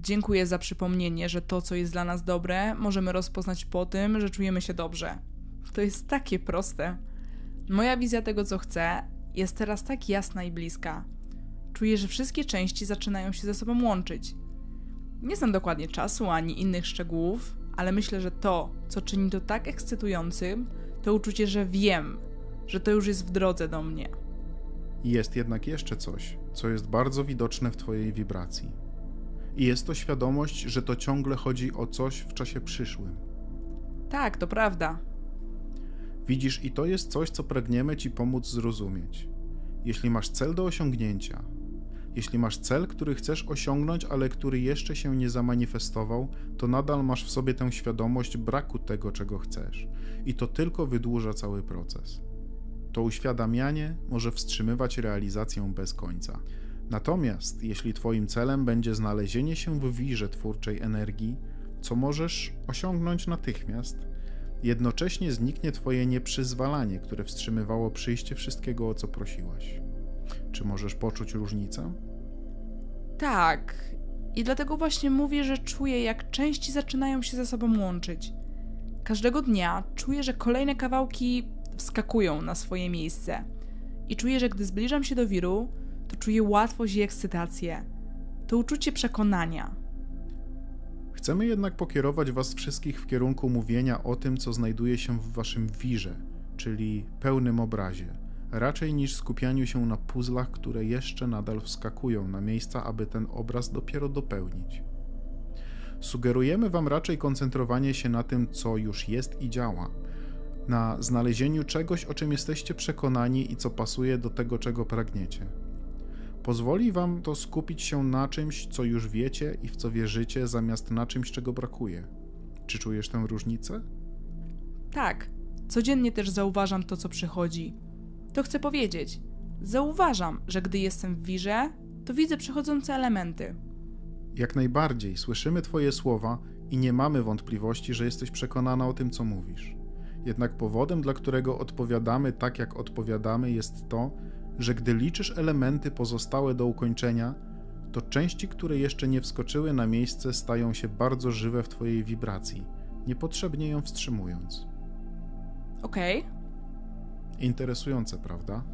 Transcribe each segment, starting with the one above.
Dziękuję za przypomnienie, że to, co jest dla nas dobre, możemy rozpoznać po tym, że czujemy się dobrze. To jest takie proste. Moja wizja tego, co chcę, jest teraz tak jasna i bliska. Czuję, że wszystkie części zaczynają się ze sobą łączyć. Nie znam dokładnie czasu ani innych szczegółów, ale myślę, że to, co czyni to tak ekscytującym, to uczucie, że wiem, że to już jest w drodze do mnie. Jest jednak jeszcze coś, co jest bardzo widoczne w twojej wibracji. I jest to świadomość, że to ciągle chodzi o coś w czasie przyszłym. Tak, to prawda. Widzisz, i to jest coś, co pragniemy ci pomóc zrozumieć. Jeśli masz cel do osiągnięcia, jeśli masz cel, który chcesz osiągnąć, ale który jeszcze się nie zamanifestował, to nadal masz w sobie tę świadomość braku tego, czego chcesz. I to tylko wydłuża cały proces. To uświadamianie może wstrzymywać realizację bez końca. Natomiast jeśli twoim celem będzie znalezienie się w wirze twórczej energii, co możesz osiągnąć natychmiast, jednocześnie zniknie twoje nieprzyzwalanie, które wstrzymywało przyjście wszystkiego, o co prosiłaś. Czy możesz poczuć różnicę? Tak. I dlatego właśnie mówię, że czuję, jak części zaczynają się ze sobą łączyć. Każdego dnia czuję, że kolejne kawałki wskakują na swoje miejsce. I czuję, że gdy zbliżam się do wiru, to czuję łatwość i ekscytację. To uczucie przekonania. Chcemy jednak pokierować was wszystkich w kierunku mówienia o tym, co znajduje się w waszym wirze, czyli pełnym obrazie, raczej niż skupianiu się na puzzlach, które jeszcze nadal wskakują na miejsca, aby ten obraz dopiero dopełnić. Sugerujemy wam raczej koncentrowanie się na tym, co już jest i działa, na znalezieniu czegoś, o czym jesteście przekonani i co pasuje do tego, czego pragniecie. Pozwoli wam to skupić się na czymś, co już wiecie i w co wierzycie, zamiast na czymś, czego brakuje. Czy czujesz tę różnicę? Tak. Codziennie też zauważam to, co przychodzi. To chcę powiedzieć. Zauważam, że gdy jestem w wirze, to widzę przychodzące elementy. Jak najbardziej słyszymy twoje słowa i nie mamy wątpliwości, że jesteś przekonana o tym, co mówisz. Jednak powodem, dla którego odpowiadamy tak, jak odpowiadamy, jest to, że gdy liczysz elementy pozostałe do ukończenia, to części, które jeszcze nie wskoczyły na miejsce, stają się bardzo żywe w twojej wibracji, niepotrzebnie ją wstrzymując. Okej. Interesujące, prawda?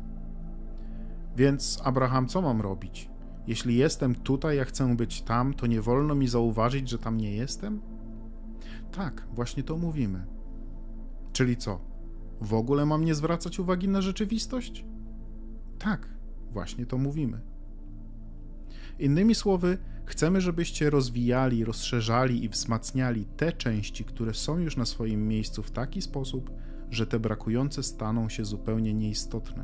Więc, Abraham, co mam robić? Jeśli jestem tutaj, a chcę być tam, to nie wolno mi zauważyć, że tam nie jestem? Tak, właśnie to mówimy. Czyli co? W ogóle mam nie zwracać uwagi na rzeczywistość? Tak, właśnie to mówimy. Innymi słowy, chcemy, żebyście rozwijali, rozszerzali i wzmacniali te części, które są już na swoim miejscu w taki sposób, że te brakujące staną się zupełnie nieistotne.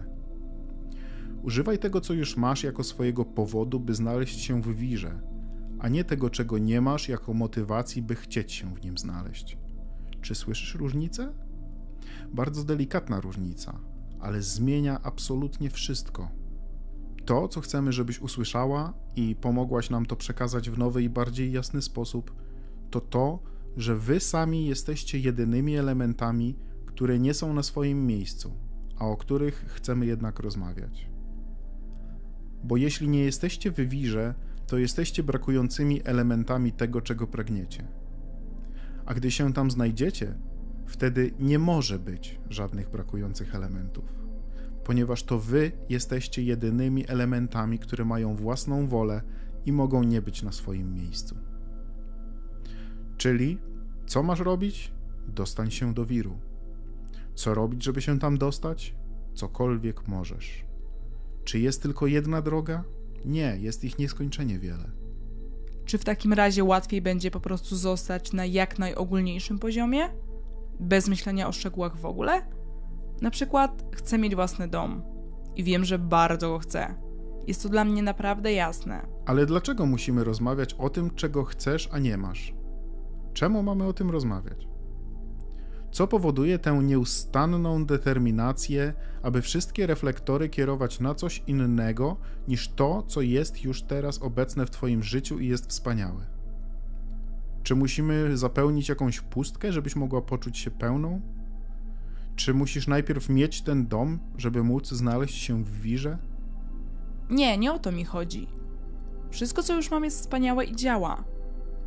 Używaj tego, co już masz, jako swojego powodu, by znaleźć się w wirze, a nie tego, czego nie masz, jako motywacji, by chcieć się w nim znaleźć. Czy słyszysz różnicę? Bardzo delikatna różnica, ale zmienia absolutnie wszystko. To, co chcemy, żebyś usłyszała i pomogłaś nam to przekazać w nowy i bardziej jasny sposób, to to, że wy sami jesteście jedynymi elementami, które nie są na swoim miejscu, a o których chcemy jednak rozmawiać. Bo jeśli nie jesteście w wirze, to jesteście brakującymi elementami tego, czego pragniecie. A gdy się tam znajdziecie, wtedy nie może być żadnych brakujących elementów, ponieważ to wy jesteście jedynymi elementami, które mają własną wolę i mogą nie być na swoim miejscu. Czyli, co masz robić? Dostań się do wiru. Co robić, żeby się tam dostać? Cokolwiek możesz. Czy jest tylko jedna droga? Nie, jest ich nieskończenie wiele. Czy w takim razie łatwiej będzie po prostu zostać na jak najogólniejszym poziomie? Bez myślenia o szczegółach w ogóle? Na przykład chcę mieć własny dom i wiem, że bardzo go chcę. Jest to dla mnie naprawdę jasne. Ale dlaczego musimy rozmawiać o tym, czego chcesz, a nie masz? Czemu mamy o tym rozmawiać? Co powoduje tę nieustanną determinację, aby wszystkie reflektory kierować na coś innego niż to, co jest już teraz obecne w twoim życiu i jest wspaniałe? Czy musimy zapełnić jakąś pustkę, żebyś mogła poczuć się pełną? Czy musisz najpierw mieć ten dom, żeby móc znaleźć się w wirze? Nie o to mi chodzi. Wszystko, co już mam, jest wspaniałe i działa.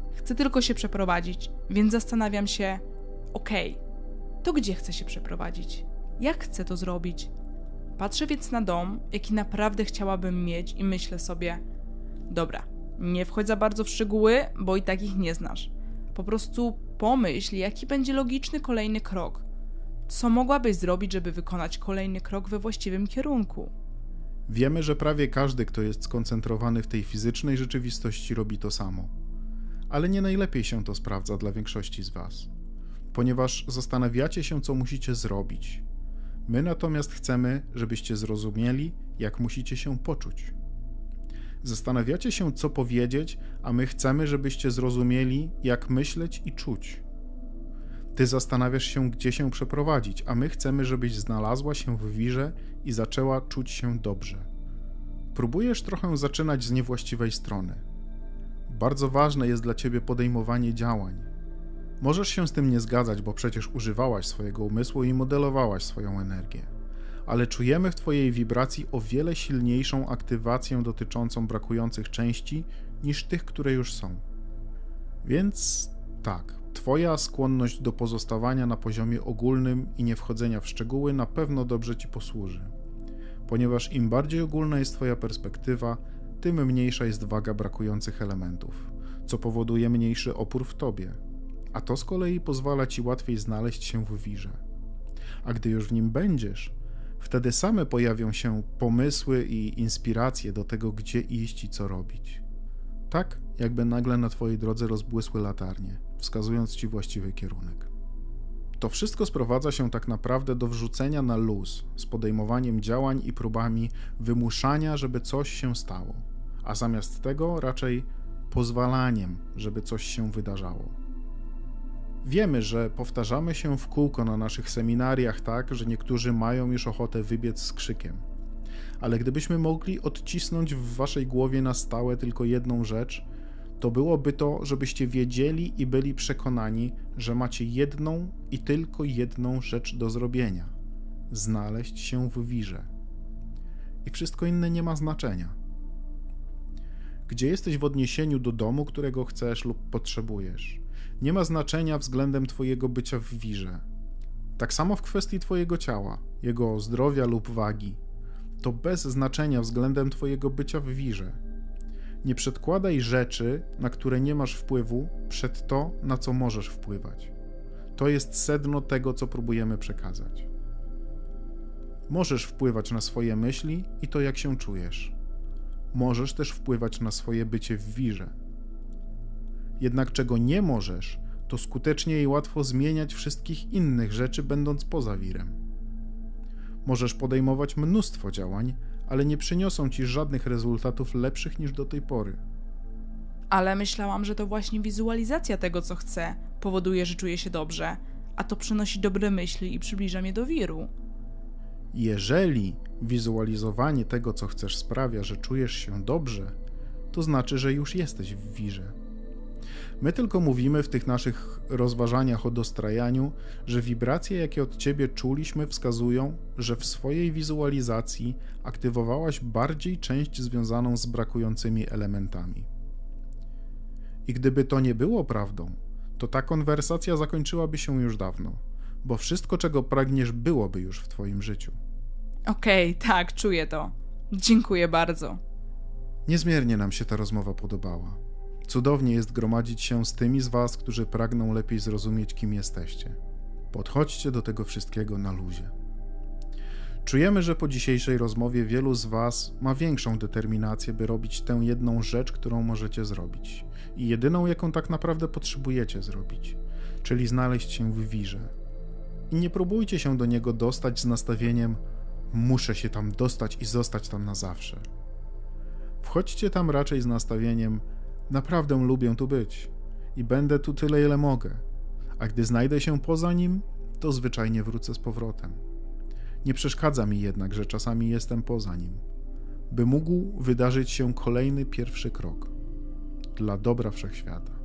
Chcę tylko się przeprowadzić, więc zastanawiam się, okej, to gdzie chcę się przeprowadzić? Jak chcę to zrobić? Patrzę więc na dom, jaki naprawdę chciałabym mieć i myślę sobie, dobra, nie wchodź za bardzo w szczegóły, bo i tak ich nie znasz. Po prostu pomyśl, jaki będzie logiczny kolejny krok. Co mogłabyś zrobić, żeby wykonać kolejny krok we właściwym kierunku? Wiemy, że prawie każdy, kto jest skoncentrowany w tej fizycznej rzeczywistości, robi to samo. Ale nie najlepiej się to sprawdza dla większości z was, ponieważ zastanawiacie się, co musicie zrobić. My natomiast chcemy, żebyście zrozumieli, jak musicie się poczuć. Zastanawiacie się, co powiedzieć, a my chcemy, żebyście zrozumieli, jak myśleć i czuć. Ty zastanawiasz się, gdzie się przeprowadzić, a my chcemy, żebyś znalazła się w wirze i zaczęła czuć się dobrze. Próbujesz trochę zaczynać z niewłaściwej strony. Bardzo ważne jest dla ciebie podejmowanie działań. Możesz się z tym nie zgadzać, bo przecież używałaś swojego umysłu i modelowałaś swoją energię. Ale czujemy w twojej wibracji o wiele silniejszą aktywację dotyczącą brakujących części niż tych, które już są. Więc tak, twoja skłonność do pozostawania na poziomie ogólnym i nie wchodzenia w szczegóły na pewno dobrze ci posłuży. Ponieważ im bardziej ogólna jest twoja perspektywa, tym mniejsza jest waga brakujących elementów, co powoduje mniejszy opór w tobie. A to z kolei pozwala ci łatwiej znaleźć się w wirze. A gdy już w nim będziesz, wtedy same pojawią się pomysły i inspiracje do tego, gdzie iść i co robić. Tak, jakby nagle na twojej drodze rozbłysły latarnie, wskazując ci właściwy kierunek. To wszystko sprowadza się tak naprawdę do wrzucenia na luz, z podejmowaniem działań i próbami wymuszania, żeby coś się stało, a zamiast tego raczej pozwalaniem, żeby coś się wydarzało. Wiemy, że powtarzamy się w kółko na naszych seminariach tak, że niektórzy mają już ochotę wybiec z krzykiem. Ale gdybyśmy mogli odcisnąć w waszej głowie na stałe tylko jedną rzecz, to byłoby to, żebyście wiedzieli i byli przekonani, że macie jedną i tylko jedną rzecz do zrobienia – znaleźć się w wirze. I wszystko inne nie ma znaczenia. Gdzie jesteś w odniesieniu do domu, którego chcesz lub potrzebujesz, nie ma znaczenia względem twojego bycia w wirze. Tak samo w kwestii twojego ciała, jego zdrowia lub wagi. To bez znaczenia względem twojego bycia w wirze. Nie przedkładaj rzeczy, na które nie masz wpływu, przed to, na co możesz wpływać. To jest sedno tego, co próbujemy przekazać. Możesz wpływać na swoje myśli i to, jak się czujesz. Możesz też wpływać na swoje bycie w wirze. Jednak czego nie możesz, to skutecznie i łatwo zmieniać wszystkich innych rzeczy, będąc poza wirem. Możesz podejmować mnóstwo działań, ale nie przyniosą ci żadnych rezultatów lepszych niż do tej pory. Ale myślałam, że to właśnie wizualizacja tego, co chcę, powoduje, że czuję się dobrze, a to przynosi dobre myśli i przybliża mnie do wiru. Jeżeli wizualizowanie tego, co chcesz, sprawia, że czujesz się dobrze, to znaczy, że już jesteś w wirze. My tylko mówimy w tych naszych rozważaniach o dostrajaniu, że wibracje, jakie od ciebie czuliśmy, wskazują, że w swojej wizualizacji aktywowałaś bardziej część związaną z brakującymi elementami. I gdyby to nie było prawdą, to ta konwersacja zakończyłaby się już dawno, bo wszystko, czego pragniesz, byłoby już w twoim życiu. Okej, tak, czuję to. Dziękuję bardzo. Niezmiernie nam się ta rozmowa podobała. Cudownie jest gromadzić się z tymi z was, którzy pragną lepiej zrozumieć, kim jesteście. Podchodźcie do tego wszystkiego na luzie. Czujemy, że po dzisiejszej rozmowie wielu z was ma większą determinację, by robić tę jedną rzecz, którą możecie zrobić i jedyną, jaką tak naprawdę potrzebujecie zrobić, czyli znaleźć się w wirze. I nie próbujcie się do niego dostać z nastawieniem muszę się tam dostać i zostać tam na zawsze. Wchodźcie tam raczej z nastawieniem naprawdę lubię tu być i będę tu tyle, ile mogę, a gdy znajdę się poza nim, to zwyczajnie wrócę z powrotem. Nie przeszkadza mi jednak, że czasami jestem poza nim, by mógł wydarzyć się kolejny pierwszy krok dla dobra wszechświata.